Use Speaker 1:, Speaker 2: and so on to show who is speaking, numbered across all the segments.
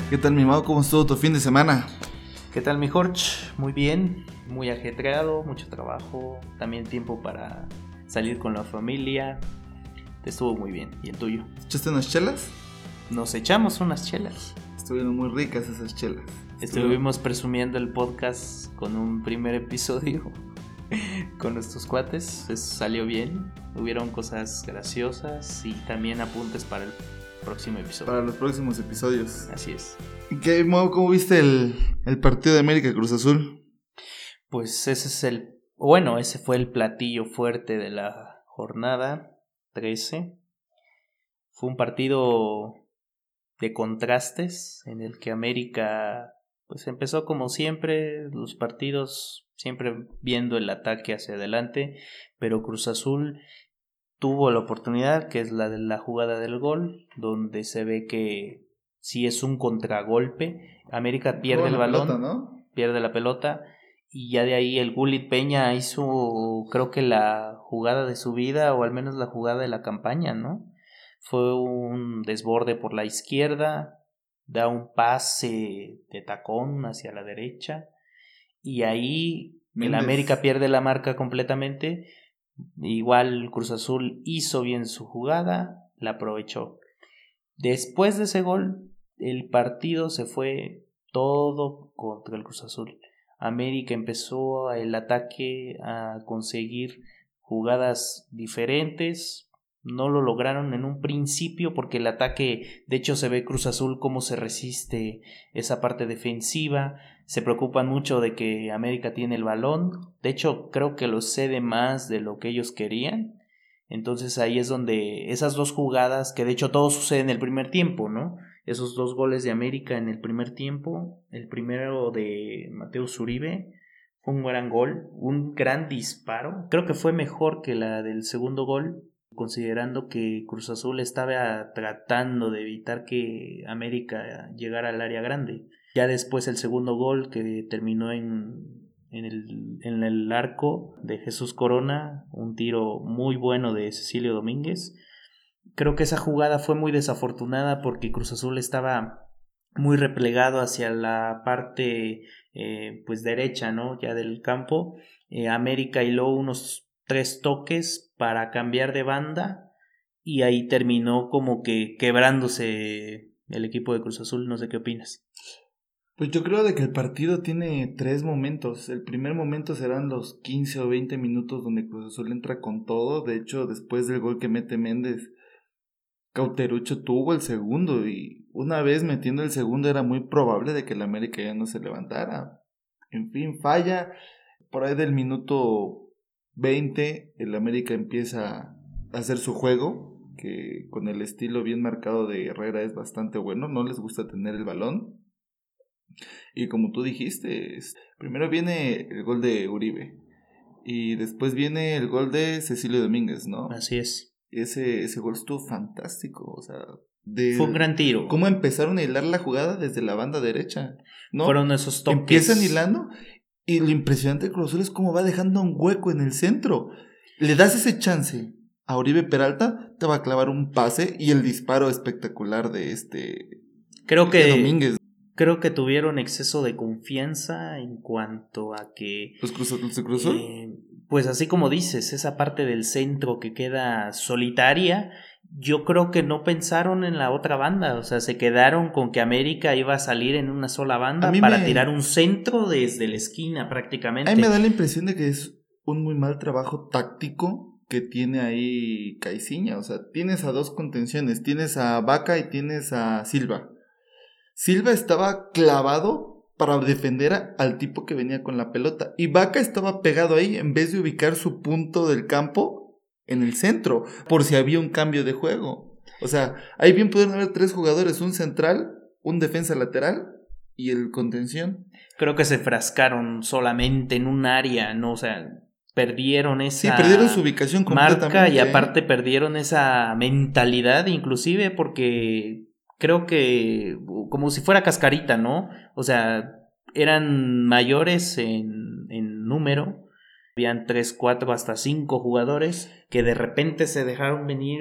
Speaker 1: ¿Qué tal, mi Mau? ¿Cómo estuvo tu fin de semana?
Speaker 2: ¿Qué tal, mi Jorge? Muy bien, muy ajetreado, mucho trabajo, también tiempo para salir con la familia. Estuvo muy bien. ¿Y el tuyo?
Speaker 1: ¿Echaste unas chelas?
Speaker 2: Nos echamos unas chelas.
Speaker 1: Estuvieron muy ricas esas chelas.
Speaker 2: Estuvimos presumiendo el podcast con un primer episodio con nuestros cuates. Salió bien, hubieron cosas graciosas y también apuntes para el próximo episodio.
Speaker 1: Para los próximos episodios.
Speaker 2: Así es.
Speaker 1: ¿Qué, Mau? ¿Cómo viste el partido de América Cruz Azul?
Speaker 2: Pues ese fue el platillo fuerte de la jornada 13. Fue un partido de contrastes en el que América pues empezó como siempre, los partidos siempre viendo el ataque hacia adelante, pero Cruz Azul tuvo la oportunidad, que es la de la jugada del gol, donde se ve que sí es un contragolpe. América pierde el balón,
Speaker 1: pelota, ¿no?
Speaker 2: Pierde la pelota, y ya de ahí el Gullit Peña hizo, creo que la jugada de su vida, o al menos la jugada de la campaña, ¿no? Fue un desborde por la izquierda, da un pase de tacón hacia la derecha, y ahí el América pierde la marca completamente. Igual Cruz Azul hizo bien su jugada, la aprovechó. Después de ese gol, el partido se fue todo contra el Cruz Azul. América empezó el ataque a conseguir jugadas diferentes. No lo lograron en un principio porque el ataque, de hecho se ve Cruz Azul cómo se resiste esa parte defensiva. Se preocupan mucho de que América tiene el balón. De hecho creo que lo cede más de lo que ellos querían. Entonces ahí es donde esas dos jugadas, que de hecho todo sucede en el primer tiempo, ¿no? Esos dos goles de América en el primer tiempo, el primero de Mateus Uribe, fue un gran gol, un gran disparo. Creo que fue mejor que la del segundo gol, considerando que Cruz Azul estaba tratando de evitar que América llegara al área grande. Ya después el segundo gol, que terminó en el arco de Jesús Corona, un tiro muy bueno de Cecilio Domínguez. Creo que esa jugada fue muy desafortunada porque Cruz Azul estaba muy replegado hacia la parte pues derecha, ¿no? Ya del campo. América hiló unos 3 toques para cambiar de banda y ahí terminó como que quebrándose el equipo de Cruz Azul. No sé qué opinas.
Speaker 1: Pues yo creo de que el partido tiene 3 momentos. El primer momento serán los 15 o 20 minutos donde Cruz Azul entra con todo. De hecho, después del gol que mete Méndez, Cauterucho tuvo el segundo, y una vez metiendo el segundo era muy probable de que el América ya no se levantara. En fin, falla. Por ahí del minuto 20 el América empieza a hacer su juego, que con el estilo bien marcado de Herrera es bastante bueno. No les gusta tener el balón. Y como tú dijiste, primero viene el gol de Uribe y después viene el gol de Cecilio Domínguez, ¿no?
Speaker 2: Así es.
Speaker 1: Ese gol estuvo fantástico, o sea,
Speaker 2: fue un gran tiro.
Speaker 1: ¿Cómo empezaron a hilar la jugada desde la banda derecha? ¿No?
Speaker 2: Fueron esos toques.
Speaker 1: Empiezan hilando y lo impresionante de Cruz Azul es cómo va dejando un hueco en el centro. Le das ese chance a Uribe Peralta, te va a clavar un pase y el disparo espectacular de de Domínguez.
Speaker 2: Creo que tuvieron exceso de confianza en cuanto a que
Speaker 1: ¿Los Cruz Azul?
Speaker 2: Pues así como dices, esa parte del centro que queda solitaria, yo creo que no pensaron en la otra banda, o sea, se quedaron con que América iba a salir en una sola banda para tirar un centro desde la esquina prácticamente.
Speaker 1: A mí me da la impresión de que es un muy mal trabajo táctico que tiene ahí Caiciña. O sea, tienes a dos contenciones, tienes a Vaca y tienes a Silva. Silva estaba clavado para defender al tipo que venía con la pelota, y Vaca estaba pegado ahí en vez de ubicar su punto del campo en el centro, por si había un cambio de juego. O sea, ahí bien pudieron haber 3 jugadores, un central, un defensa lateral y el contención.
Speaker 2: Creo que se frascaron solamente en un área, ¿no? O sea, perdieron esa
Speaker 1: perdieron su ubicación completamente,
Speaker 2: marca, y aparte perdieron esa mentalidad, inclusive porque creo que como si fuera cascarita, ¿no? O sea, eran mayores en número, habían 3, 4, hasta 5 jugadores que de repente se dejaron venir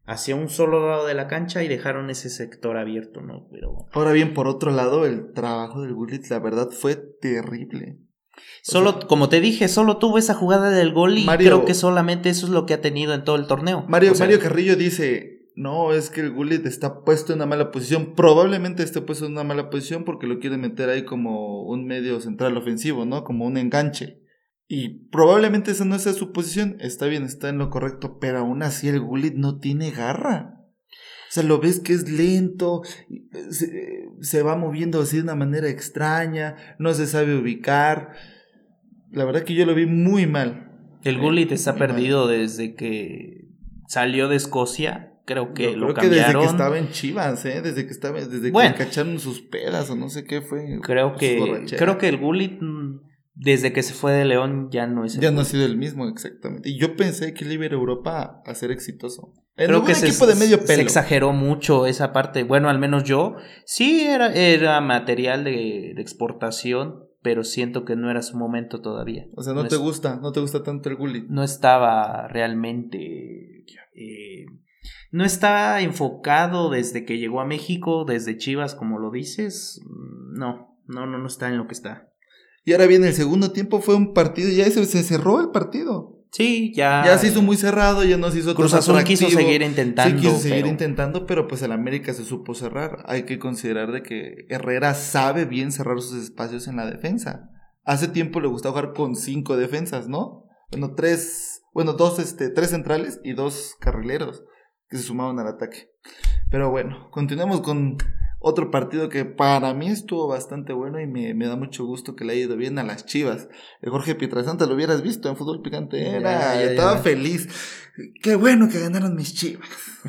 Speaker 2: hacia un solo lado de la cancha y dejaron ese sector abierto, ¿no? Pero
Speaker 1: ahora bien, por otro lado, el trabajo del Gullit, la verdad, fue terrible.
Speaker 2: solo, como te dije, solo tuvo esa jugada del gol y
Speaker 1: Mario,
Speaker 2: creo que solamente eso es lo que ha tenido en todo el torneo.
Speaker 1: Mario Carrillo dice, no, es que el Gullit está puesto en una mala posición. Probablemente esté puesto en una mala posición porque lo quiere meter ahí como un medio central ofensivo, ¿no? Como un enganche. Y probablemente esa no sea su posición. Está bien, está en lo correcto, pero aún así el Gullit no tiene garra. O sea, lo ves que es lento, se va moviendo así de una manera extraña, no se sabe ubicar. La verdad que yo lo vi muy mal.
Speaker 2: El Gullit está
Speaker 1: muy
Speaker 2: perdido
Speaker 1: mal.
Speaker 2: desde que salió de Escocia. Creo que
Speaker 1: Yo
Speaker 2: lo
Speaker 1: creo que desde
Speaker 2: cambiaron.
Speaker 1: que estaba en Chivas, desde
Speaker 2: Bueno,
Speaker 1: que cacharon sus pedas o no sé qué fue.
Speaker 2: creo que el Gullit desde que se fue de León ya no es el
Speaker 1: Ya no ha
Speaker 2: Gullit.
Speaker 1: sido el mismo, exactamente. Y yo pensé que él iba a ir a Europa a ser exitoso. En
Speaker 2: Creo
Speaker 1: algún
Speaker 2: que
Speaker 1: equipo de medio
Speaker 2: se
Speaker 1: pelo.
Speaker 2: exageró mucho esa parte. Bueno, al menos yo. Sí, era material de exportación, pero siento que no era su momento todavía.
Speaker 1: O sea, no te gusta tanto el Gullit.
Speaker 2: No estaba realmente... no estaba enfocado desde que llegó a México, desde Chivas, como lo dices. No está en lo que está.
Speaker 1: Y ahora bien, el segundo tiempo fue un partido, ya se cerró el partido.
Speaker 2: Sí,
Speaker 1: Ya se hizo muy cerrado, ya no se hizo
Speaker 2: Cruz
Speaker 1: tan
Speaker 2: Azul
Speaker 1: atractivo.
Speaker 2: quiso seguir intentando.
Speaker 1: Sí, quiso seguir intentando, pero pues el América se supo cerrar. Hay que considerar de que Herrera sabe bien cerrar sus espacios en la defensa. Hace tiempo le gustaba jugar con 5 defensas, ¿no? Bueno, 3 centrales y 2 carrileros que se sumaban al ataque. Pero bueno, continuamos con otro partido que para mí estuvo bastante bueno y me da mucho gusto que le haya ido bien a las Chivas. El Jorge Pietrasanta lo hubieras visto en Fútbol Picante, estaba feliz. Qué bueno que ganaron mis Chivas.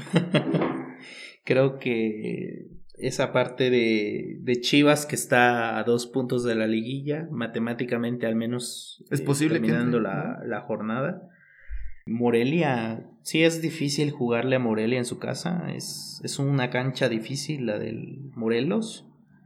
Speaker 2: Creo que esa parte de Chivas que está a 2 puntos de la liguilla, matemáticamente al menos
Speaker 1: es posible
Speaker 2: terminando
Speaker 1: que entre,
Speaker 2: la jornada. Morelia, sí es difícil jugarle a Morelia en su casa, es una cancha difícil la del Morelos.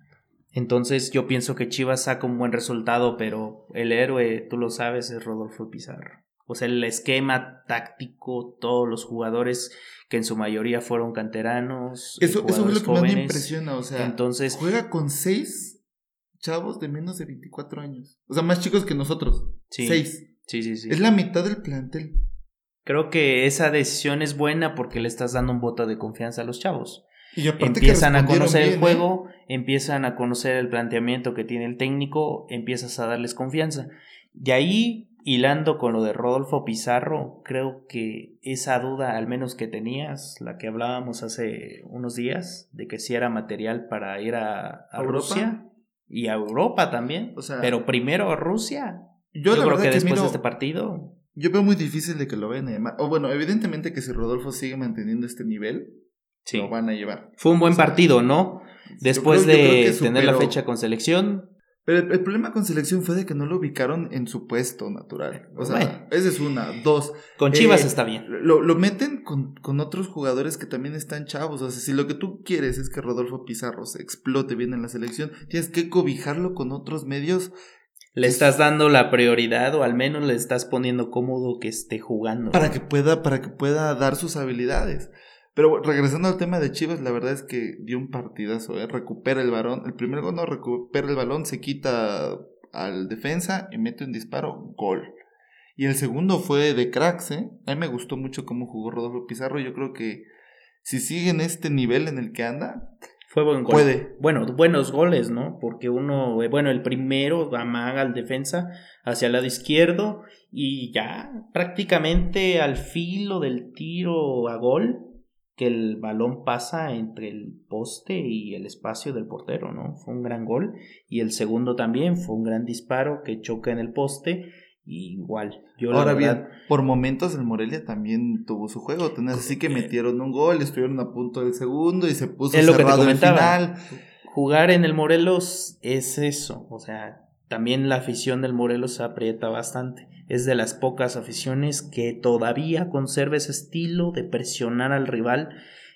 Speaker 2: Entonces yo pienso que Chivas saca un buen resultado, pero el héroe, tú lo sabes, es Rodolfo Pizarro. O sea, el esquema táctico, todos los jugadores que en su mayoría fueron canteranos,
Speaker 1: eso es lo que
Speaker 2: jóvenes,
Speaker 1: más me impresiona, o sea,
Speaker 2: entonces
Speaker 1: juega con 6 chavos de menos de 24 años. O sea, más chicos que nosotros.
Speaker 2: sí,
Speaker 1: 6.
Speaker 2: Sí.
Speaker 1: Es la mitad del plantel.
Speaker 2: Creo que esa decisión es buena porque le estás dando un voto de confianza a los chavos.
Speaker 1: Y aparte
Speaker 2: empiezan a conocer
Speaker 1: bien,
Speaker 2: el juego, empiezan a conocer el planteamiento que tiene el técnico, empiezas a darles confianza. De ahí, hilando con lo de Rodolfo Pizarro, creo que esa duda, al menos que tenías, la que hablábamos hace unos días, de que si era material para ir a Rusia y a Europa también, o sea, pero primero a Rusia. Yo creo que después de este partido...
Speaker 1: Yo veo muy difícil de que lo vayan a llamar. O bueno, evidentemente que si Rodolfo sigue manteniendo este nivel, sí, lo van a llevar.
Speaker 2: Fue un buen partido, ¿no? Después de tener la fecha con selección.
Speaker 1: Pero el problema con selección fue de que no lo ubicaron en su puesto natural. O sea, esa es una. 2.
Speaker 2: Con Chivas está bien.
Speaker 1: Lo meten con otros jugadores que también están chavos. O sea, si lo que tú quieres es que Rodolfo Pizarro se explote bien en la selección, tienes que cobijarlo con otros medios.
Speaker 2: Le estás dando la prioridad o al menos le estás poniendo cómodo que esté jugando.
Speaker 1: Para que pueda dar sus habilidades. Pero regresando al tema de Chivas, la verdad es que dio un partidazo, recupera el balón, el primer gol no recupera el balón, se quita al defensa y mete un disparo, gol. Y el segundo fue de cracks, A mí me gustó mucho cómo jugó Rodolfo Pizarro, yo creo que si sigue en este nivel en el que anda,
Speaker 2: fue buen gol.
Speaker 1: Puede.
Speaker 2: Bueno, buenos goles, ¿no? Porque el primero amaga al defensa hacia el lado izquierdo y ya prácticamente al filo del tiro a gol, que el balón pasa entre el poste y el espacio del portero, ¿no? Fue un gran gol. Y el segundo también fue un gran disparo que choca en el poste. Y igual,
Speaker 1: ahora bien, por momentos el Morelia también tuvo su juego, así que metieron un gol, estuvieron a punto del segundo y se puso cerrado el final.
Speaker 2: Jugar en el Morelos es eso, o sea, también la afición del Morelos se aprieta bastante. Es de las pocas aficiones que todavía conserva ese estilo de presionar al rival.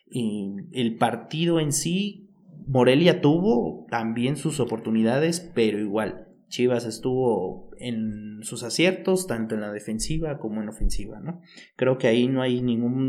Speaker 2: Y el partido en sí, Morelia tuvo también sus oportunidades, pero igual Chivas estuvo en sus aciertos, tanto en la defensiva como en ofensiva, ¿no? Creo que ahí no hay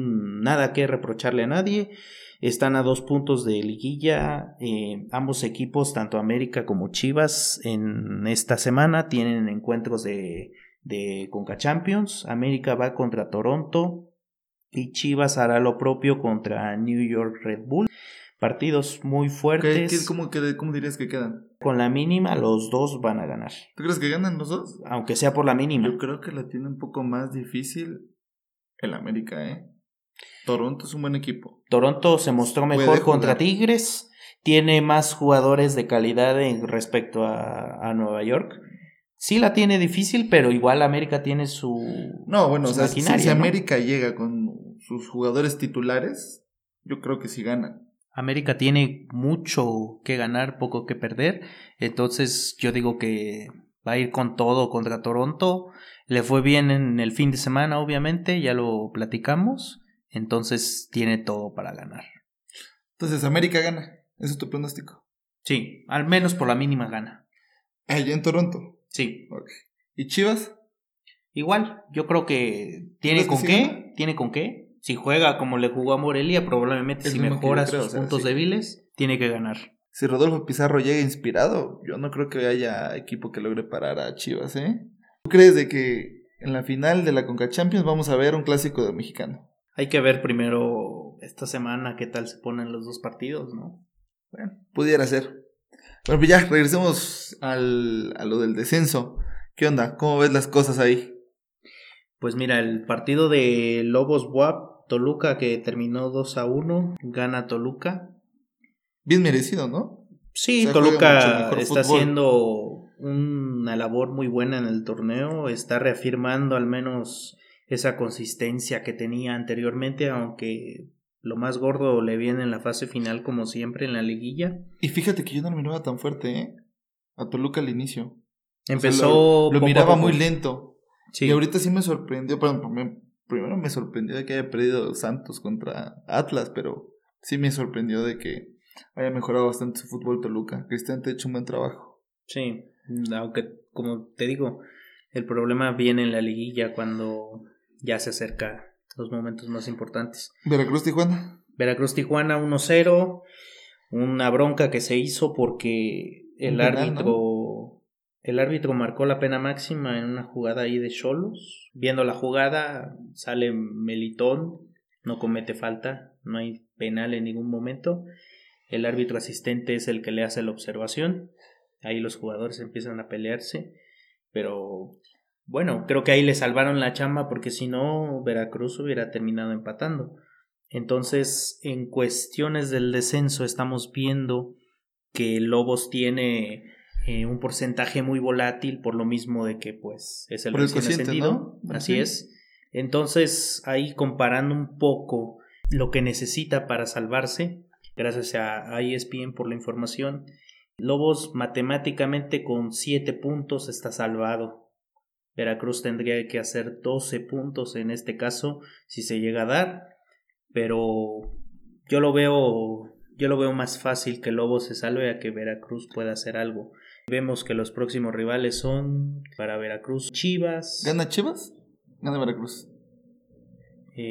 Speaker 2: nada que reprocharle a nadie. Están a 2 puntos de liguilla. Ambos equipos, tanto América como Chivas, en esta semana tienen encuentros de Conca Champions. América va contra Toronto y Chivas hará lo propio contra New York Red Bull. Partidos muy fuertes.
Speaker 1: ¿Cómo dirías que quedan?
Speaker 2: Con la mínima, los dos van a ganar.
Speaker 1: ¿Tú crees que ganan los dos?
Speaker 2: Aunque sea por la mínima.
Speaker 1: Yo creo que la tiene un poco más difícil el América, ¿eh? Toronto es un buen equipo.
Speaker 2: Toronto se mostró mejor contra Tigres. Tiene más jugadores de calidad respecto a Nueva York. Sí la tiene difícil, pero igual América tiene su
Speaker 1: maquinaria, si América llega con sus jugadores titulares, yo creo que sí ganan.
Speaker 2: América tiene mucho que ganar, poco que perder. Entonces yo digo que va a ir con todo contra Toronto. Le fue bien en el fin de semana, obviamente, ya lo platicamos. Entonces tiene todo para ganar.
Speaker 1: Entonces América gana, ¿ese es tu pronóstico?
Speaker 2: Sí, al menos por la mínima gana.
Speaker 1: ¿Allá en Toronto?
Speaker 2: Sí.
Speaker 1: Okay. ¿Y Chivas?
Speaker 2: Igual, yo creo que tiene con qué, gana? Tiene con qué. Si juega como le jugó a Morelia, probablemente si mejora sus puntos débiles, tiene que ganar.
Speaker 1: Si Rodolfo Pizarro llega inspirado, yo no creo que haya equipo que logre parar a Chivas, ¿eh? ¿Tú crees de que en la final de la Conca Champions vamos a ver un clásico de mexicano?
Speaker 2: Hay que ver primero esta semana qué tal se ponen los dos partidos, ¿no?
Speaker 1: Bueno, pudiera ser. Bueno, pues ya, regresemos a lo del descenso. ¿Qué onda? ¿Cómo ves las cosas ahí?
Speaker 2: Pues mira, el partido de Lobos BUAP Toluca, que terminó 2-1, gana Toluca.
Speaker 1: Bien merecido, ¿no?
Speaker 2: Sí, o sea, Toluca está haciendo una labor muy buena en el torneo, está reafirmando al menos esa consistencia que tenía anteriormente, aunque lo más gordo le viene en la fase final como siempre en la liguilla.
Speaker 1: Y fíjate que yo no lo miraba tan fuerte, ¿eh? A Toluca al inicio.
Speaker 2: Empezó
Speaker 1: o sea, lo miraba muy lento.
Speaker 2: Sí.
Speaker 1: Y ahorita sí me sorprendió, primero me sorprendió de que haya perdido Santos contra Atlas, pero sí me sorprendió de que haya mejorado bastante su fútbol Toluca. Cristian te ha hecho un buen trabajo.
Speaker 2: Sí, aunque como te digo, el problema viene en la liguilla cuando ya se acerca los momentos más importantes.
Speaker 1: ¿Veracruz-Tijuana?
Speaker 2: Veracruz-Tijuana 1-0, una bronca que se hizo porque el árbitro marcó la pena máxima en una jugada ahí de Xolos. Viendo la jugada, sale Melitón, no comete falta, no hay penal en ningún momento. El árbitro asistente es el que le hace la observación. Ahí los jugadores empiezan a pelearse. Pero bueno, creo que ahí le salvaron la chamba porque si no, Veracruz hubiera terminado empatando. Entonces, en cuestiones del descenso estamos viendo que Lobos tiene un porcentaje muy volátil por lo mismo de que pues es el recién ascendido, ¿no? Así es. Entonces ahí comparando un poco lo que necesita para salvarse, gracias a ESPN por la información, Lobos matemáticamente con 7 puntos está salvado. Veracruz tendría que hacer 12 puntos en este caso si se llega a dar, pero yo lo veo más fácil que Lobos se salve a que Veracruz pueda hacer algo. Vemos que los próximos rivales son para Veracruz Chivas.
Speaker 1: ¿Gana Chivas? Gana Veracruz.
Speaker 2: Yo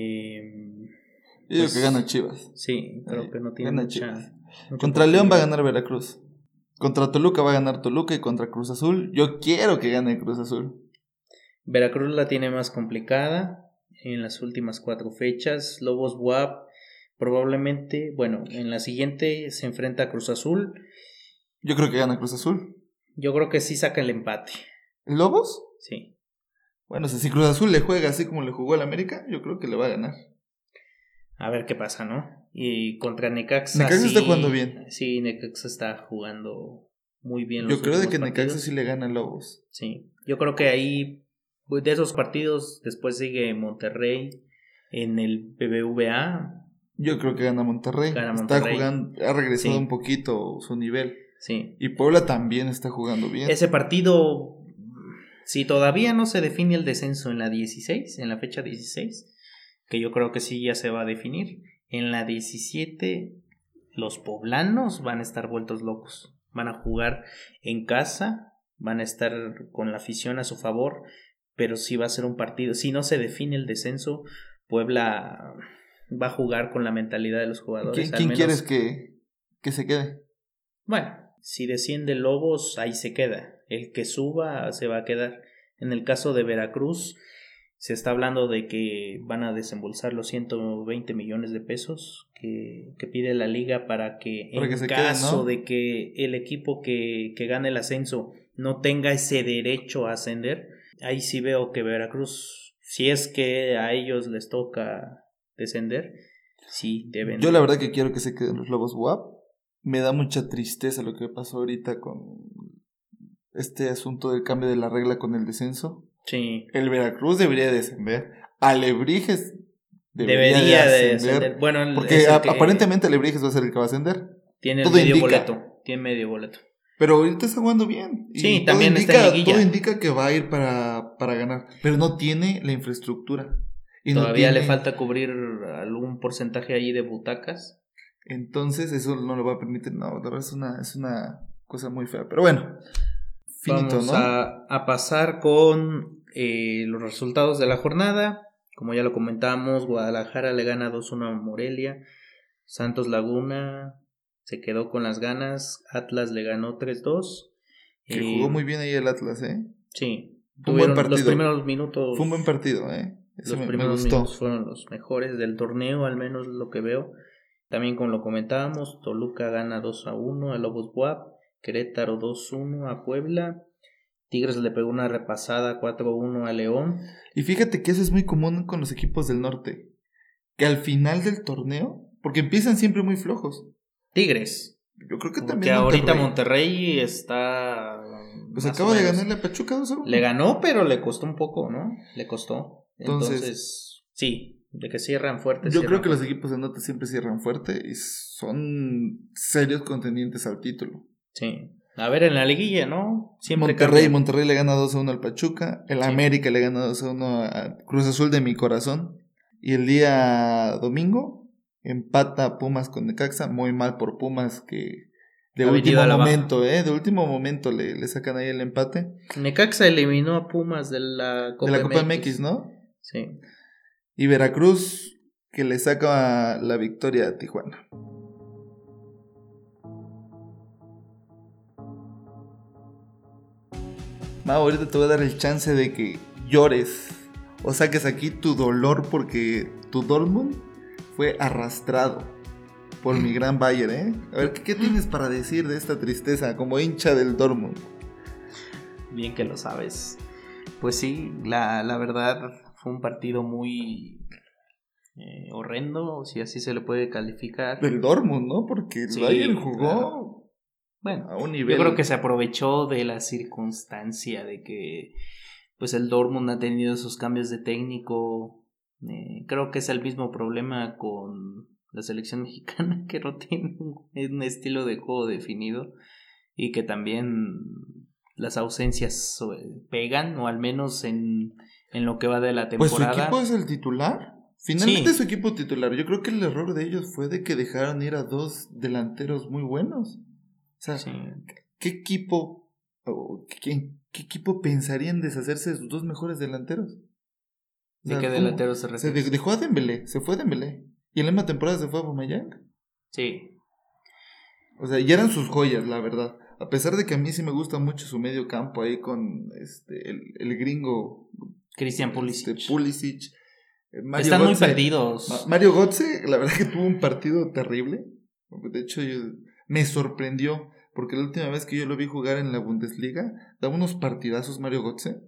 Speaker 1: digo que gana Chivas.
Speaker 2: Sí, creo que no tiene mucha
Speaker 1: contra León va a ganar Veracruz. Contra Toluca va a ganar Toluca y contra Cruz Azul yo quiero que gane Cruz Azul.
Speaker 2: Veracruz la tiene más complicada en las últimas 4 fechas. Lobos BUAP probablemente, bueno, en la siguiente se enfrenta a Cruz Azul.
Speaker 1: Yo creo que gana Cruz Azul.
Speaker 2: Yo creo que sí saca el empate.
Speaker 1: ¿Lobos?
Speaker 2: Sí.
Speaker 1: Bueno, si Cruz Azul le juega así como le jugó al América, yo creo que le va a ganar.
Speaker 2: A ver qué pasa, ¿no? Y contra Necaxa.
Speaker 1: Necaxa está jugando bien.
Speaker 2: Sí, Necaxa está jugando muy bien.
Speaker 1: Yo creo de que Necaxa sí le gana a Lobos.
Speaker 2: Sí. Yo creo que ahí, de esos partidos, después sigue Monterrey en el BBVA.
Speaker 1: Yo creo que gana Monterrey. Está jugando, ha regresado un poquito su nivel.
Speaker 2: Sí.
Speaker 1: Y Puebla también está jugando bien.
Speaker 2: Ese partido, si todavía no se define el descenso en la 16, en la fecha 16, que yo creo que sí ya se va a definir, en la 17 los poblanos van a estar vueltos locos. Van a jugar en casa van a estar con la afición a su favor, pero sí va a ser un partido. Si no se define el descenso, Puebla va a jugar con la mentalidad de los jugadores.
Speaker 1: ¿Quién quieres que se quede?
Speaker 2: Bueno, si desciende Lobos, ahí se queda. El que suba se va a quedar. En el caso de Veracruz, se está hablando de que van a desembolsar los 120 millones de pesos que pide la liga para que en
Speaker 1: que
Speaker 2: caso
Speaker 1: quede, ¿no?
Speaker 2: de que el equipo que gane el ascenso no tenga ese derecho a ascender, ahí sí veo que Veracruz, si es que a ellos les toca descender, sí deben.
Speaker 1: Yo la verdad que quiero que se queden los Lobos WAP. Me da mucha tristeza lo que pasó ahorita con este asunto del cambio de la regla con el descenso.
Speaker 2: Sí.
Speaker 1: El Veracruz debería descender. Alebrijes
Speaker 2: debería de ascender. Bueno,
Speaker 1: porque aparentemente Alebrijes va a ser el que va a ascender.
Speaker 2: Tiene todo medio boleto. Tiene medio boleto.
Speaker 1: Pero ahorita está jugando bien.
Speaker 2: Sí, y también está en liguilla.
Speaker 1: Todo indica que va a ir para ganar. Pero no tiene la infraestructura.
Speaker 2: Y todavía le falta cubrir algún porcentaje ahí de butacas.
Speaker 1: Entonces eso no lo va a permitir. No, la verdad es una cosa muy fea. Pero bueno,
Speaker 2: finito, vamos, ¿no? a pasar con los resultados de la jornada. Como ya lo comentamos, Guadalajara le gana 2-1 a Morelia. Santos Laguna se quedó con las ganas. Atlas le ganó 3-2.
Speaker 1: Que jugó muy bien ahí el Atlas, ¿eh?
Speaker 2: Sí.
Speaker 1: Fue un buen partido.
Speaker 2: Los primeros minutos.
Speaker 1: Fue un buen partido, ¿eh?
Speaker 2: Eso los primeros minutos fueron los mejores del torneo, al menos lo que veo. También, como lo comentábamos, Toluca gana 2-1 a Lobos WAP. Querétaro 2-1 a Puebla. Tigres le pegó una repasada 4-1 a León.
Speaker 1: Y fíjate que eso es muy común con los equipos del norte. Que al final del torneo, porque empiezan siempre muy flojos.
Speaker 2: Tigres.
Speaker 1: Yo creo que
Speaker 2: porque
Speaker 1: también
Speaker 2: ahorita Monterrey está...
Speaker 1: Pues acaba de ganarle a Pachuca 2-1.
Speaker 2: Le ganó, pero le costó un poco, ¿no? Le costó. Entonces sí, de que cierran fuerte.
Speaker 1: Yo creo que los equipos del norte siempre cierran fuerte y son serios contendientes al título.
Speaker 2: Sí. A ver, en la liguilla, ¿no?
Speaker 1: Siempre Monterrey le gana 2-1 al Pachuca. El América le gana 2-1 a Cruz Azul de mi corazón. Y el día domingo empata Pumas con Necaxa. Muy mal por Pumas que de último momento le sacan ahí el empate.
Speaker 2: Necaxa eliminó a Pumas de la
Speaker 1: Copa MX, ¿no?
Speaker 2: Sí.
Speaker 1: Y Veracruz que le saca la victoria a Tijuana. Mau, ahorita te voy a dar el chance de que llores o saques aquí tu dolor porque tu Dortmund fue arrastrado por mi gran Bayern, ¿eh? A ver, ¿qué tienes para decir de esta tristeza como hincha del Dortmund?
Speaker 2: Bien que lo sabes. Pues sí, la verdad fue un partido muy horrendo, si así se le puede calificar.
Speaker 1: Del Dortmund, ¿no? porque el Bayern jugó...
Speaker 2: Bueno, a un nivel... yo creo que se aprovechó de la circunstancia de que pues el Dortmund ha tenido esos cambios de técnico. Creo que es el mismo problema con la selección mexicana, que no tiene un estilo de juego definido y que también las ausencias pegan, o al menos en lo que va de la temporada.
Speaker 1: Pues su equipo es el titular. Finalmente su equipo titular. Yo creo que el error de ellos fue de que dejaron ir a dos delanteros muy buenos. O sea, ¿qué equipo pensaría en deshacerse de sus dos mejores delanteros?
Speaker 2: O sea, ¿de qué delantero se refiere?
Speaker 1: Se dejó a Dembélé, se fue Dembélé. Y en la misma temporada se fue a Aubameyang.
Speaker 2: Sí.
Speaker 1: O sea, y eran sus joyas, la verdad. A pesar de que a mí sí me gusta mucho su medio campo ahí con el gringo
Speaker 2: Christian Pulisic.
Speaker 1: Pulisic.
Speaker 2: Están muy perdidos.
Speaker 1: Mario Götze, la verdad que tuvo un partido terrible. De hecho, me sorprendió, porque la última vez que yo lo vi jugar en la Bundesliga, daba unos partidazos Mario Götze.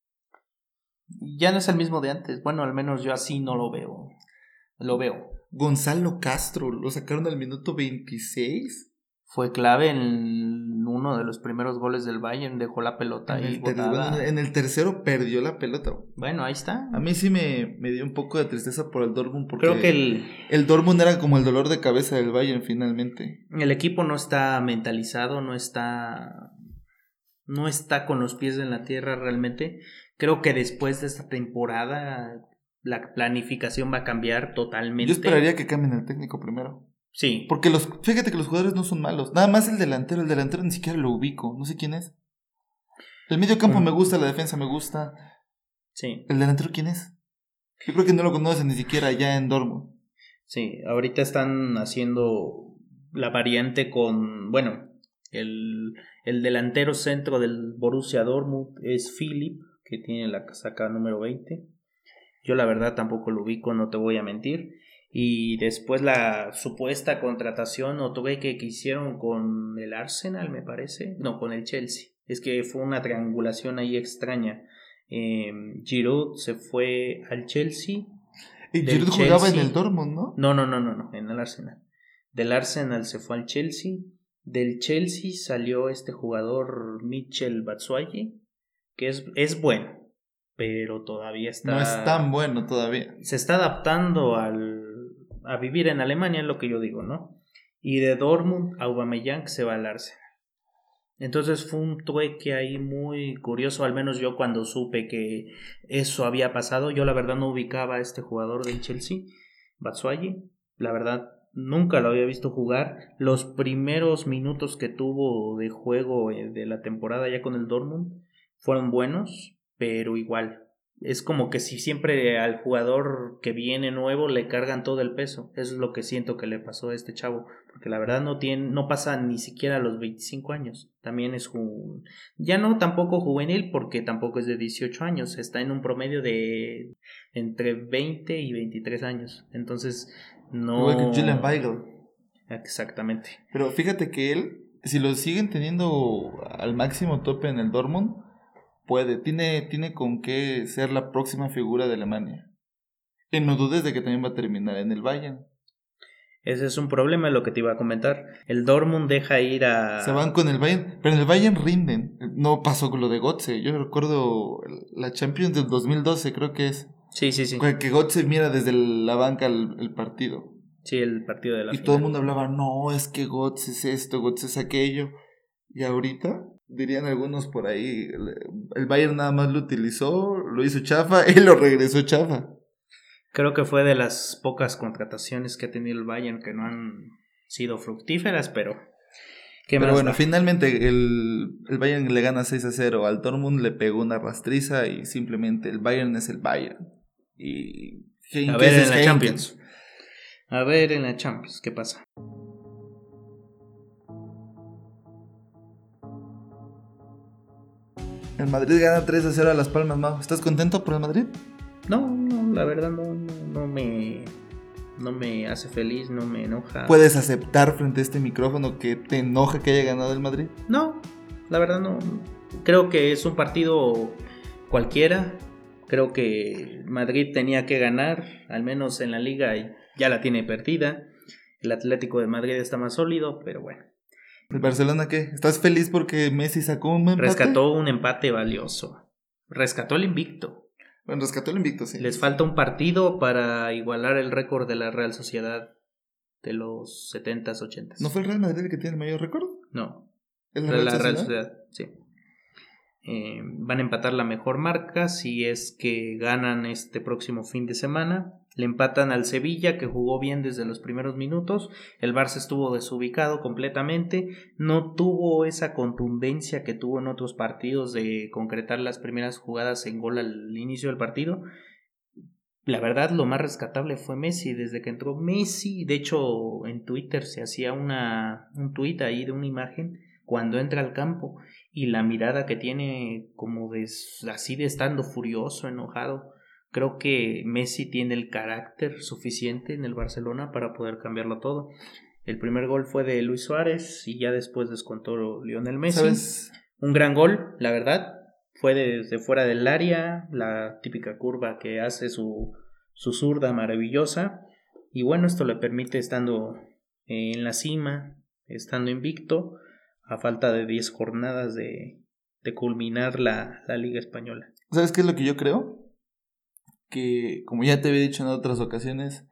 Speaker 2: Ya no es el mismo de antes. Bueno, al menos yo así no lo veo. Lo veo.
Speaker 1: Gonzalo Castro, lo sacaron al minuto 26.
Speaker 2: Fue clave en uno de los primeros goles del Bayern, dejó la pelota ahí botada.
Speaker 1: En el tercero perdió la pelota.
Speaker 2: Bueno, ahí está.
Speaker 1: A mí sí me dio un poco de tristeza por el Dortmund, porque
Speaker 2: creo que
Speaker 1: el Dortmund era como el dolor de cabeza del Bayern finalmente.
Speaker 2: El equipo no está mentalizado, no está con los pies en la tierra realmente. Creo que después de esta temporada la planificación va a cambiar totalmente.
Speaker 1: Yo esperaría que cambien el técnico primero.
Speaker 2: Sí.
Speaker 1: Porque fíjate que los jugadores no son malos. Nada más el delantero ni siquiera lo ubico. No sé quién es. El medio campo me gusta, la defensa me gusta.
Speaker 2: Sí.
Speaker 1: ¿El delantero quién es? Yo creo que no lo conocen ni siquiera allá en Dortmund.
Speaker 2: Sí, ahorita están haciendo la variante con, bueno, el delantero centro del Borussia Dortmund es Philipp, que tiene la casaca número 20. Yo la verdad tampoco lo ubico, no te voy a mentir. Y después la supuesta contratación o trueque que hicieron con el Arsenal, me parece. No, con el Chelsea. Es que fue una triangulación ahí extraña. Giroud se fue al Chelsea.
Speaker 1: Y Giroud jugaba en el Dortmund, ¿no?
Speaker 2: No, en el Arsenal. Del Arsenal se fue al Chelsea. Del Chelsea salió este jugador Michel Batshuayi, que es bueno, pero todavía está...
Speaker 1: No es tan bueno todavía.
Speaker 2: Se está adaptando a vivir en Alemania, es lo que yo digo, ¿no? Y de Dortmund, Aubameyang se va al Arsenal. Entonces fue un trueque ahí muy curioso, al menos yo cuando supe que eso había pasado, yo la verdad no ubicaba a este jugador del Chelsea, Batshuayi, la verdad nunca lo había visto jugar. Los primeros minutos que tuvo de juego de la temporada ya con el Dortmund fueron buenos, pero igual es como que si siempre al jugador que viene nuevo le cargan todo el peso. Eso es lo que siento que le pasó a este chavo, porque la verdad no pasa ni siquiera a los 25 años. También es ya no tampoco juvenil, porque tampoco es de 18 años, está en un promedio de entre 20 y 23 años. Entonces no...
Speaker 1: Igual que Julian Weigl.
Speaker 2: Exactamente.
Speaker 1: Pero fíjate que él, si lo siguen teniendo al máximo tope en el Dortmund, tiene con qué ser la próxima figura de Alemania. Y no dudes de que también va a terminar en el Bayern.
Speaker 2: Ese es un problema, lo que te iba a comentar. El Dortmund deja ir a...
Speaker 1: Se van con el Bayern, pero en el Bayern rinden. No pasó con lo de Götze. Yo recuerdo la Champions del 2012, creo que es.
Speaker 2: Sí.
Speaker 1: Que Götze mira desde la banca el partido.
Speaker 2: Sí, el partido de la
Speaker 1: final. Todo el mundo hablaba, no, es que Götze es esto, Götze es aquello. Y ahorita, dirían algunos por ahí, el Bayern nada más lo utilizó, lo hizo chafa y lo regresó chafa.
Speaker 2: Creo que fue de las pocas contrataciones que ha tenido el Bayern que no han sido fructíferas, pero...
Speaker 1: Pero bueno, finalmente el Bayern le gana 6-0 al Dortmund, le pegó una rastriza y simplemente el Bayern es el Bayern. Y
Speaker 2: a ver en la Champions. A ver en la Champions, ¿qué pasa?
Speaker 1: El Madrid gana 3-0 a Las Palmas, Mau. ¿Estás contento por el Madrid?
Speaker 2: No, la verdad no me hace feliz, no me enoja.
Speaker 1: ¿Puedes aceptar frente a este micrófono que te enoja que haya ganado el Madrid?
Speaker 2: No, la verdad no. Creo que es un partido cualquiera. Creo que Madrid tenía que ganar, al menos en la liga ya la tiene perdida. El Atlético de Madrid está más sólido, pero bueno.
Speaker 1: ¿El Barcelona qué? ¿Estás feliz porque Messi sacó un empate?
Speaker 2: Rescató un empate valioso. Rescató el invicto.
Speaker 1: Bueno, rescató el invicto, sí.
Speaker 2: Les falta un partido para igualar el récord de la Real Sociedad de los 70s, 80s.
Speaker 1: ¿No fue el Real Madrid el que tiene el mayor récord?
Speaker 2: No.
Speaker 1: ¿Es
Speaker 2: la Real Sociedad? Sí. Van a empatar la mejor marca si es que ganan este próximo fin de semana. Le empatan al Sevilla, que jugó bien desde los primeros minutos. El Barça estuvo desubicado completamente. No tuvo esa contundencia que tuvo en otros partidos de concretar las primeras jugadas en gol al inicio del partido. La verdad, lo más rescatable fue Messi. Desde que entró Messi, de hecho en Twitter se hacía un tweet ahí de una imagen cuando entra al campo y la mirada que tiene como así de estando furioso, enojado. Creo que Messi tiene el carácter suficiente en el Barcelona para poder cambiarlo todo. El primer gol fue de Luis Suárez y ya después descontó Lionel Messi.
Speaker 1: ¿Sabes?
Speaker 2: Un gran gol, la verdad. Fue desde fuera del área, la típica curva que hace su zurda maravillosa. Y bueno, esto le permite, estando en la cima, estando invicto, a falta de 10 jornadas de culminar la Liga Española.
Speaker 1: ¿Sabes qué es lo que yo creo? Que, como ya te había dicho en otras ocasiones,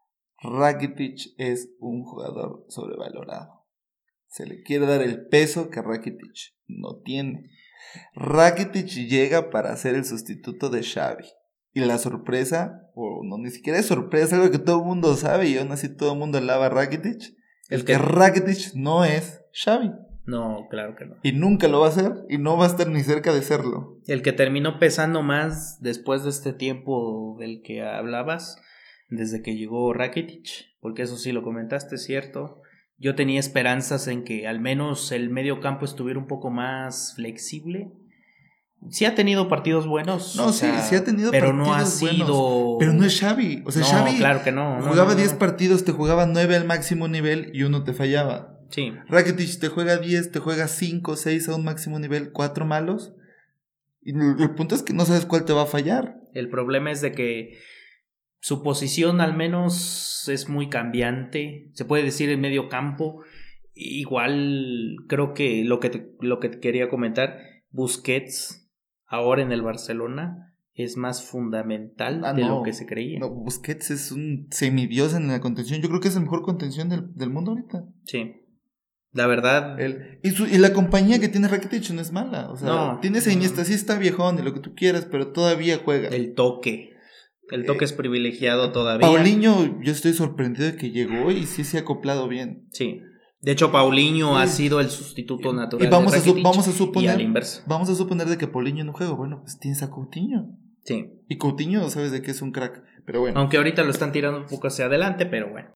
Speaker 1: Rakitic es un jugador sobrevalorado. Se le quiere dar el peso que Rakitic no tiene. Rakitic llega para ser el sustituto de Xavi. Y la sorpresa, o no, ni siquiera es sorpresa, algo que todo el mundo sabe y aún así todo el mundo alaba a Rakitic, es que Rakitic no es Xavi.
Speaker 2: No, claro que no.
Speaker 1: Y nunca lo va a hacer y no va a estar ni cerca de serlo.
Speaker 2: El que terminó pesando más después de este tiempo del que hablabas, desde que llegó Rakitic, porque eso sí lo comentaste, ¿cierto? Yo tenía esperanzas en que al menos el medio campo estuviera un poco más flexible. Sí ha tenido partidos buenos.
Speaker 1: No, sí ha tenido
Speaker 2: pero
Speaker 1: partidos
Speaker 2: no ha sido
Speaker 1: buenos. Pero no es Xavi. O sea,
Speaker 2: no,
Speaker 1: Xavi
Speaker 2: claro que no.
Speaker 1: jugaba 10 partidos, te jugaba 9 al máximo nivel y uno te fallaba.
Speaker 2: Sí.
Speaker 1: Rakitic te juega 10, te juega 5, 6 a un máximo nivel, 4 malos. Y el punto es que no sabes cuál te va a fallar.
Speaker 2: El problema es de que su posición al menos es muy cambiante. Se puede decir en medio campo. Igual creo que lo que te quería comentar, Busquets ahora en el Barcelona es más fundamental de lo que se creía.
Speaker 1: No, Busquets es un semidios en la contención. Yo creo que es el mejor contención del mundo ahorita.
Speaker 2: Sí. La verdad.
Speaker 1: Y la compañía que tiene Rakitic no es mala. O sea,
Speaker 2: no,
Speaker 1: tienes a Iniesta, sí está viejón y lo que tú quieras, pero todavía juega.
Speaker 2: El toque es privilegiado todavía.
Speaker 1: Paulinho, yo estoy sorprendido de que llegó y sí se ha acoplado bien.
Speaker 2: Sí. De hecho, Paulinho ha sido el sustituto natural.
Speaker 1: Y vamos
Speaker 2: de Rakitic,
Speaker 1: vamos a suponer.
Speaker 2: Y a la inversa.
Speaker 1: Vamos a suponer de que Paulinho no juega. Bueno, pues tienes a Coutinho.
Speaker 2: Sí.
Speaker 1: Y Coutinho, sabes de que es un crack. Pero bueno.
Speaker 2: Aunque ahorita lo están tirando un poco hacia adelante, pero bueno.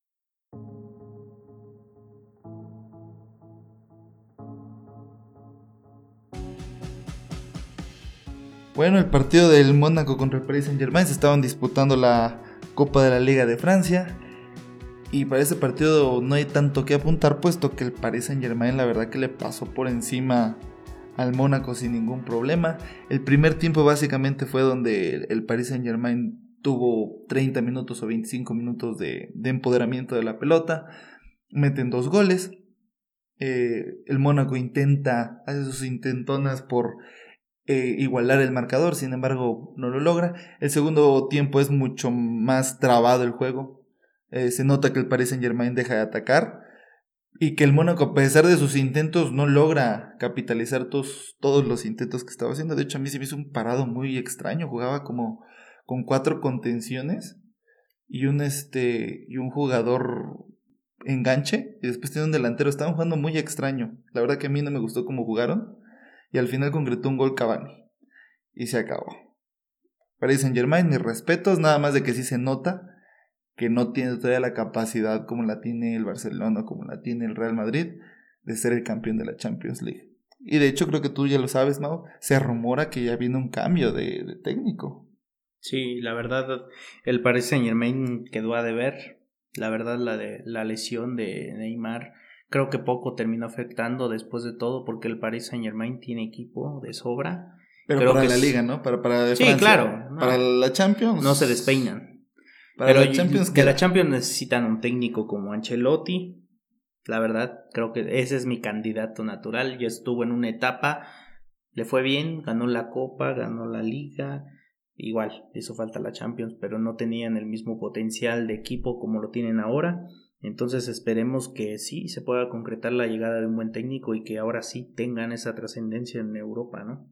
Speaker 1: Bueno, el partido del Mónaco contra el Paris Saint-Germain se estaban disputando la Copa de la Liga de Francia. Y para ese partido no hay tanto que apuntar, puesto que el Paris Saint-Germain la verdad que le pasó por encima al Mónaco sin ningún problema. El primer tiempo básicamente fue donde el Paris Saint-Germain tuvo 30 minutos o 25 minutos de empoderamiento de la pelota. Meten 2 goles. El Mónaco hace sus intentonas por igualar el marcador, sin embargo no lo logra. El segundo tiempo es mucho más trabado el juego. Se nota que el Paris Saint-Germain deja de atacar y que el Mónaco, a pesar de sus intentos, no logra capitalizar todos los intentos que estaba haciendo. De hecho, a mí se me hizo un parado muy extraño. Jugaba como con 4 contenciones y un jugador enganche, y después tiene un delantero. Estaban jugando muy extraño. La verdad que a mí no me gustó cómo jugaron, y al final concretó un gol Cavani y se acabó. Paris Saint-Germain, mis respetos, nada más de que sí se nota que no tiene todavía la capacidad como la tiene el Barcelona, como la tiene el Real Madrid, de ser el campeón de la Champions League. Y de hecho creo que tú ya lo sabes, Mau, se rumora que ya viene un cambio de técnico.
Speaker 2: Sí, la verdad, el Paris Saint-Germain quedó a deber. La verdad, la lesión de Neymar creo que poco terminó afectando después de todo, porque el Paris Saint-Germain tiene equipo de sobra.
Speaker 1: Pero
Speaker 2: creo
Speaker 1: para
Speaker 2: que
Speaker 1: la liga, ¿no? Para
Speaker 2: sí,
Speaker 1: Francia.
Speaker 2: Claro.
Speaker 1: Para la Champions.
Speaker 2: No se despeinan.
Speaker 1: Para
Speaker 2: pero
Speaker 1: la Champions,
Speaker 2: de la Champions necesitan un técnico como Ancelotti. La verdad, creo que ese es mi candidato natural. Ya estuvo en una etapa, le fue bien, ganó la Copa, ganó la Liga. Igual, hizo falta la Champions, pero no tenían el mismo potencial de equipo como lo tienen ahora. Entonces esperemos que sí se pueda concretar la llegada de un buen técnico y que ahora sí tengan esa trascendencia en Europa, ¿no?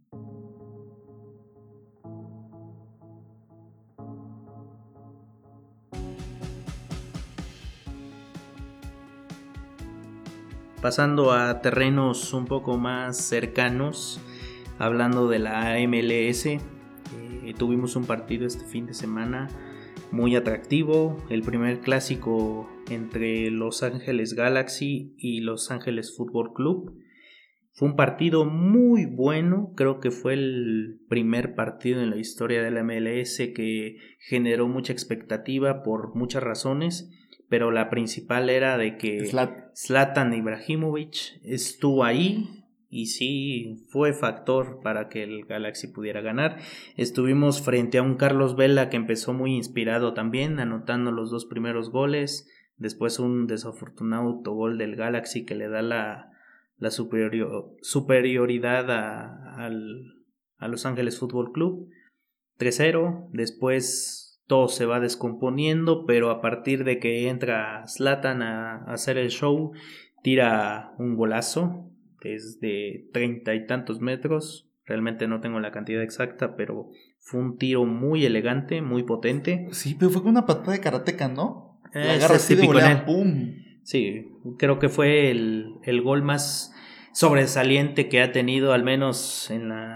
Speaker 2: Pasando a terrenos un poco más cercanos, hablando de la MLS, tuvimos un partido este fin de semana muy atractivo, el primer clásico entre Los Ángeles Galaxy y Los Ángeles Fútbol Club. Fue un partido muy bueno, creo que fue el primer partido en la historia de la MLS que generó mucha expectativa por muchas razones, pero la principal era de que Zlatan Ibrahimovic estuvo ahí y sí fue factor para que el Galaxy pudiera ganar. Estuvimos frente a un Carlos Vela que empezó muy inspirado también, anotando los 2 primeros goles, después un desafortunado autogol del Galaxy que le da la superioridad a Los Ángeles Fútbol Club, 3-0, después todo se va descomponiendo, pero a partir de que entra Zlatan a hacer el show, tira un golazo desde 30 y tantos metros, realmente no tengo la cantidad exacta, pero fue un tiro muy elegante, muy potente.
Speaker 1: Sí, pero fue con una patada de karateca, ¿no?
Speaker 2: La agarra así de volea,
Speaker 1: ¡pum!
Speaker 2: Sí, creo que fue el gol más sobresaliente que ha tenido, al menos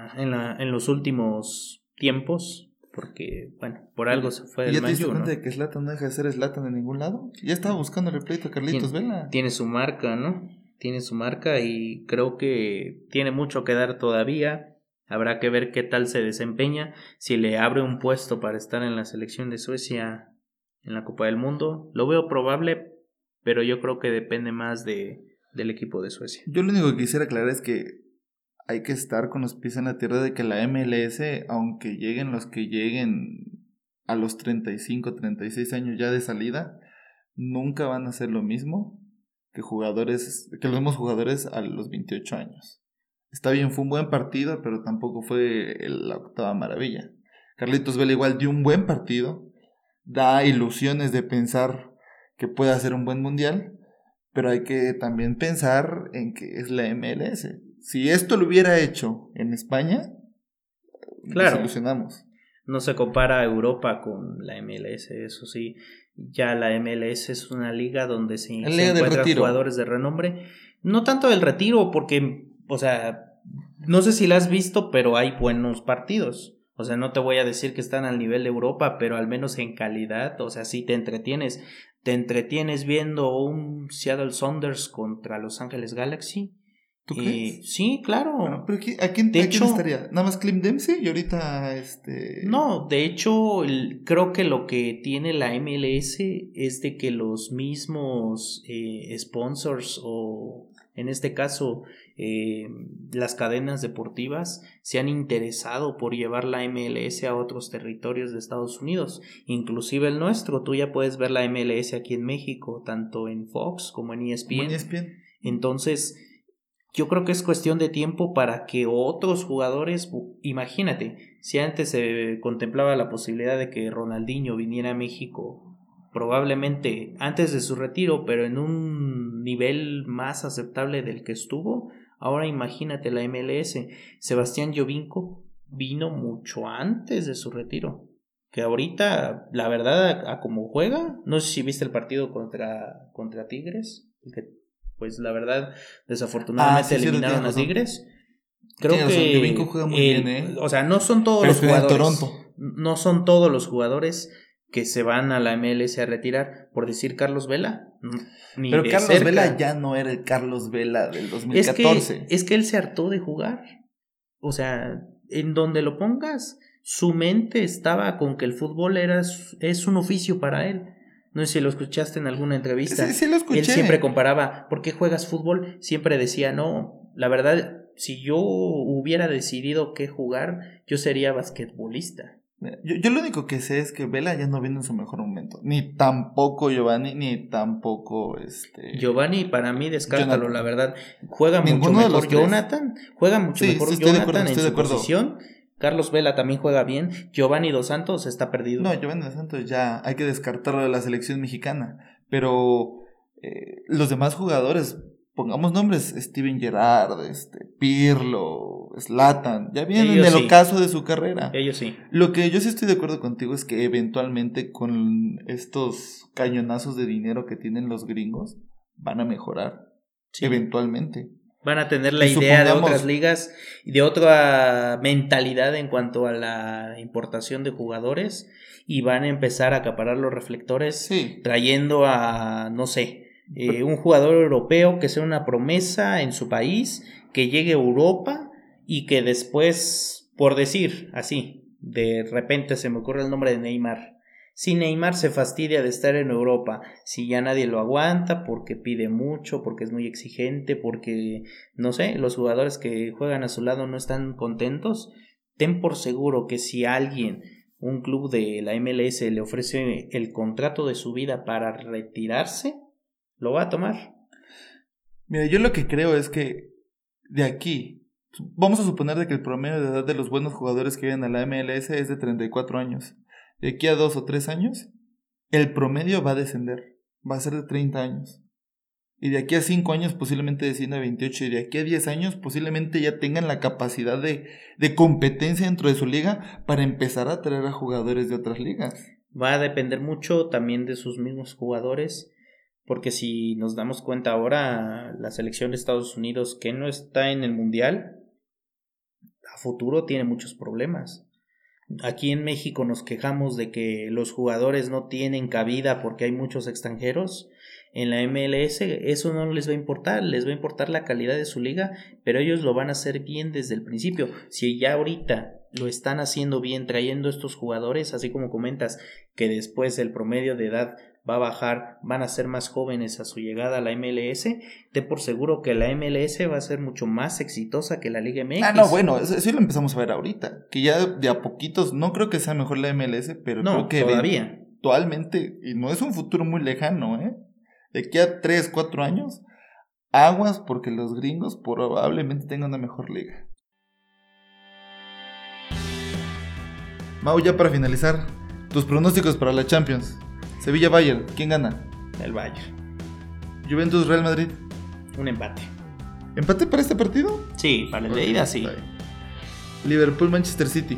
Speaker 2: en los últimos tiempos, porque, bueno, por algo se fue
Speaker 1: ¿Y
Speaker 2: del
Speaker 1: ya te diste
Speaker 2: Man U,
Speaker 1: cuenta
Speaker 2: ¿no?
Speaker 1: de que Zlatan no deja de ser Zlatan en ningún lado? Ya estaba buscando el pleito a Carlitos Vela.
Speaker 2: Tiene su marca, ¿no? Tiene su marca y creo que tiene mucho que dar todavía. Habrá que ver qué tal se desempeña, si le abre un puesto para estar en la selección de Suecia en la Copa del Mundo. Lo veo probable, pero yo creo que depende más del equipo de Suecia.
Speaker 1: Yo lo único que quisiera aclarar es que hay que estar con los pies en la tierra de que la MLS, aunque lleguen los que lleguen a los 35, 36 años ya de salida, nunca van a ser lo mismo que los mismos jugadores a los 28 años. Está bien, fue un buen partido, pero tampoco fue la octava maravilla. Carlitos Vela igual dio un buen partido, da ilusiones de pensar que puede hacer un buen mundial, pero hay que también pensar en que es la MLS. Si esto lo hubiera hecho en España,
Speaker 2: Claro,
Speaker 1: desilusionamos.
Speaker 2: no se compara a Europa con la MLS, eso sí. Ya la MLS es una liga donde se encuentran jugadores de renombre. No tanto del retiro, porque, o sea, no sé si la has visto, pero hay buenos partidos. O sea, no te voy a decir que están al nivel de Europa, pero al menos en calidad, o sea, sí te entretienes. Te entretienes viendo un Seattle Sounders contra Los Ángeles Galaxy.
Speaker 1: ¿Tú crees?
Speaker 2: Sí, claro.
Speaker 1: Bueno, pero ¿a quién estaría? ¿Nada más Clint Dempsey? Y ahorita
Speaker 2: No, de hecho, creo que lo que tiene la MLS es de que los mismos sponsors o en este caso las cadenas deportivas se han interesado por llevar la MLS a otros territorios de Estados Unidos, inclusive el nuestro. Tú ya puedes ver la MLS aquí en México, tanto en Fox como en ESPN. Entonces, yo creo que es cuestión de tiempo para que otros jugadores, imagínate, si antes se contemplaba la posibilidad de que Ronaldinho viniera a México, probablemente antes de su retiro, pero en un nivel más aceptable del que estuvo, ahora imagínate la MLS. Sebastián Giovinco vino mucho antes de su retiro, que ahorita, la verdad, a como juega, no sé si viste el partido contra Tigres, que pues la verdad, desafortunadamente eliminaron a Tigres. Creo que
Speaker 1: Giovinco juega muy bien,
Speaker 2: o sea, no son todos los jugadores. No son todos los jugadores que se van a la MLS a retirar, por decir Carlos Vela.
Speaker 1: Pero Carlos Vela ya no era el Carlos Vela del 2014.
Speaker 2: Es que él se hartó de jugar. O sea, en donde lo pongas, su mente estaba con que el fútbol es un oficio para él. No sé si lo escuchaste en alguna entrevista.
Speaker 1: Sí, lo escuché.
Speaker 2: Él siempre comparaba, ¿por qué juegas fútbol? Siempre decía, no, la verdad, si yo hubiera decidido qué jugar, yo sería basquetbolista.
Speaker 1: Yo lo único que sé es que Vela ya no viene en su mejor momento. Ni tampoco Giovanni, ni tampoco
Speaker 2: Giovanni, para mí, descártalo, la verdad. Juega mucho mejor Jonathan. Juega mucho mejor Jonathan en su posición. Carlos Vela también juega bien. Giovanni Dos Santos está perdido.
Speaker 1: No, Giovanni Dos Santos ya hay que descartarlo de la selección mexicana. Pero los demás jugadores, pongamos nombres, Steven Gerrard, Pirlo, Zlatan, ya vienen en el ocaso de su carrera.
Speaker 2: Ellos sí.
Speaker 1: Lo que yo sí estoy de acuerdo contigo es que eventualmente con estos cañonazos de dinero que tienen los gringos van a mejorar. Sí. Eventualmente.
Speaker 2: Van a tener la idea de otras ligas y de otra mentalidad en cuanto a la importación de jugadores y van a empezar a acaparar los reflectores trayendo a, no sé, un jugador europeo que sea una promesa en su país, que llegue a Europa y que después, por decir así, de repente se me ocurre el nombre de Neymar. Si Neymar se fastidia de estar en Europa, si ya nadie lo aguanta porque pide mucho, porque es muy exigente, porque, no sé, los jugadores que juegan a su lado no están contentos, ten por seguro que si alguien, un club de la MLS le ofrece el contrato de su vida para retirarse, lo va a tomar.
Speaker 1: Mira, yo lo que creo es que de aquí, vamos a suponer de que el promedio de edad de los buenos jugadores que vienen a la MLS es de 34 años. De aquí a 2 o 3 años, el promedio va a descender. Va a ser de 30 años. Y de aquí a 5 años posiblemente descienda a 28. Y de aquí a 10 años posiblemente ya tengan la capacidad de competencia dentro de su liga para empezar a traer a jugadores de otras ligas.
Speaker 2: Va a depender mucho también de sus mismos jugadores. Porque si nos damos cuenta ahora, la selección de Estados Unidos que no está en el Mundial, a futuro tiene muchos problemas. Aquí en México nos quejamos de que los jugadores no tienen cabida porque hay muchos extranjeros. En la MLS eso no les va a importar, les va a importar la calidad de su liga, pero ellos lo van a hacer bien desde el principio. Si ya ahorita lo están haciendo bien trayendo estos jugadores, así como comentas que después el promedio de edad va a bajar, van a ser más jóvenes a su llegada a la MLS, ten por seguro que la MLS va a ser mucho más exitosa que la Liga MX.
Speaker 1: No, bueno, eso lo empezamos a ver ahorita, que ya de a poquitos, no creo que sea mejor la MLS, pero
Speaker 2: no,
Speaker 1: creo que
Speaker 2: todavía.
Speaker 1: Actualmente, y no es un futuro muy lejano, de aquí a 3, 4 años, aguas porque los gringos probablemente tengan una mejor liga. Mau, ya para finalizar, tus pronósticos para la Champions. Sevilla-Bayern, ¿quién gana?
Speaker 2: El Bayern.
Speaker 1: Juventus-Real Madrid.
Speaker 2: Un empate.
Speaker 1: ¿Empate para este partido?
Speaker 2: Sí, para el de ida sí.
Speaker 1: Liverpool-Manchester City.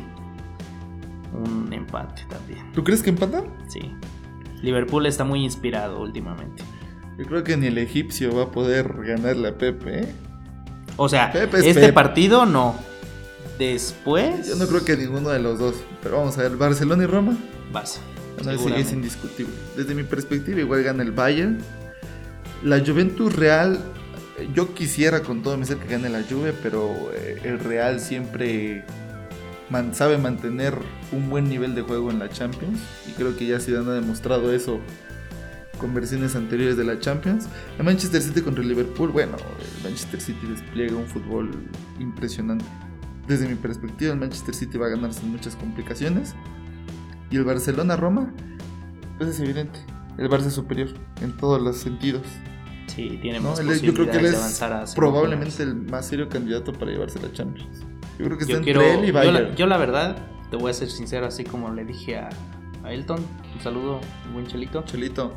Speaker 2: Un empate también.
Speaker 1: ¿Tú crees que empatan?
Speaker 2: Sí. Liverpool está muy inspirado últimamente.
Speaker 1: Yo creo que ni el egipcio va a poder ganarle a Pepe.
Speaker 2: O sea,
Speaker 1: Pepe es
Speaker 2: este
Speaker 1: Pepe.
Speaker 2: Partido no. Después...
Speaker 1: Yo no creo que ninguno de los dos. Pero vamos a ver, Barcelona y Roma.
Speaker 2: Barça.
Speaker 1: No, es indiscutible. Desde mi perspectiva igual gana el Bayern. La Juventus Real, yo quisiera con todo mi ser que gane la Juve, pero el Real siempre sabe mantener un buen nivel de juego en la Champions, y creo que ya Zidane ha demostrado eso con versiones anteriores de la Champions. El Manchester City contra el Liverpool, bueno, el Manchester City despliega un fútbol impresionante. Desde mi perspectiva, el Manchester City va a ganar sin muchas complicaciones. Y el Barcelona-Roma, pues es evidente, el Barça es superior en todos los sentidos.
Speaker 2: Sí, tiene más posibilidades.
Speaker 1: Yo creo que él
Speaker 2: de avanzar a
Speaker 1: probablemente el más serio candidato para llevarse la Champions. Yo creo que está
Speaker 2: entre
Speaker 1: él y Bayern.
Speaker 2: Yo la verdad, te voy a ser sincero, así como le dije a Elton, un saludo, un buen Chelito.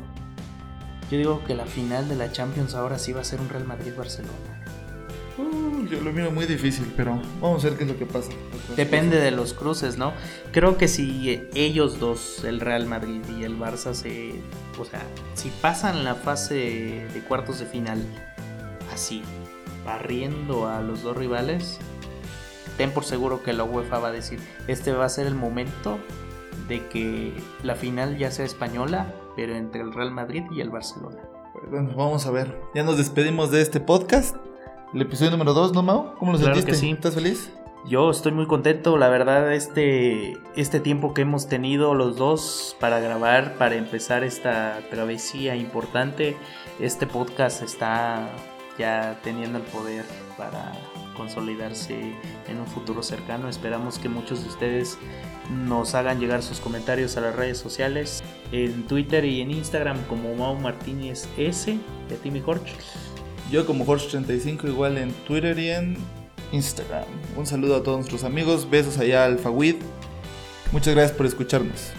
Speaker 2: Yo digo que la final de la Champions ahora sí va a ser un Real Madrid-Barcelona.
Speaker 1: Yo lo miro muy difícil, pero vamos a ver qué es lo que pasa.
Speaker 2: Depende de los cruces, ¿no? Creo que si ellos dos, el Real Madrid y el Barça, si pasan la fase de cuartos de final así, barriendo a los dos rivales, ten por seguro que la UEFA va a decir, este va a ser el momento de que la final ya sea española, pero entre el Real Madrid y el Barcelona.
Speaker 1: Pues bueno, vamos a ver. Ya nos despedimos de este podcast. El episodio número 2, ¿no, Mau? ¿Cómo lo sentiste?
Speaker 2: Que sí.
Speaker 1: ¿Estás feliz?
Speaker 2: Yo estoy muy contento, la verdad, este tiempo que hemos tenido los dos para grabar, para empezar esta travesía importante, este podcast está ya teniendo el poder para consolidarse en un futuro cercano. Esperamos que muchos de ustedes nos hagan llegar sus comentarios a las redes sociales, en Twitter y en Instagram como Mau Martínez S, y a ti, mi Jorge.
Speaker 1: Yo como Jorge35 igual en Twitter y en Instagram. Un saludo a todos nuestros amigos, besos allá al Fawid. Muchas gracias por escucharnos.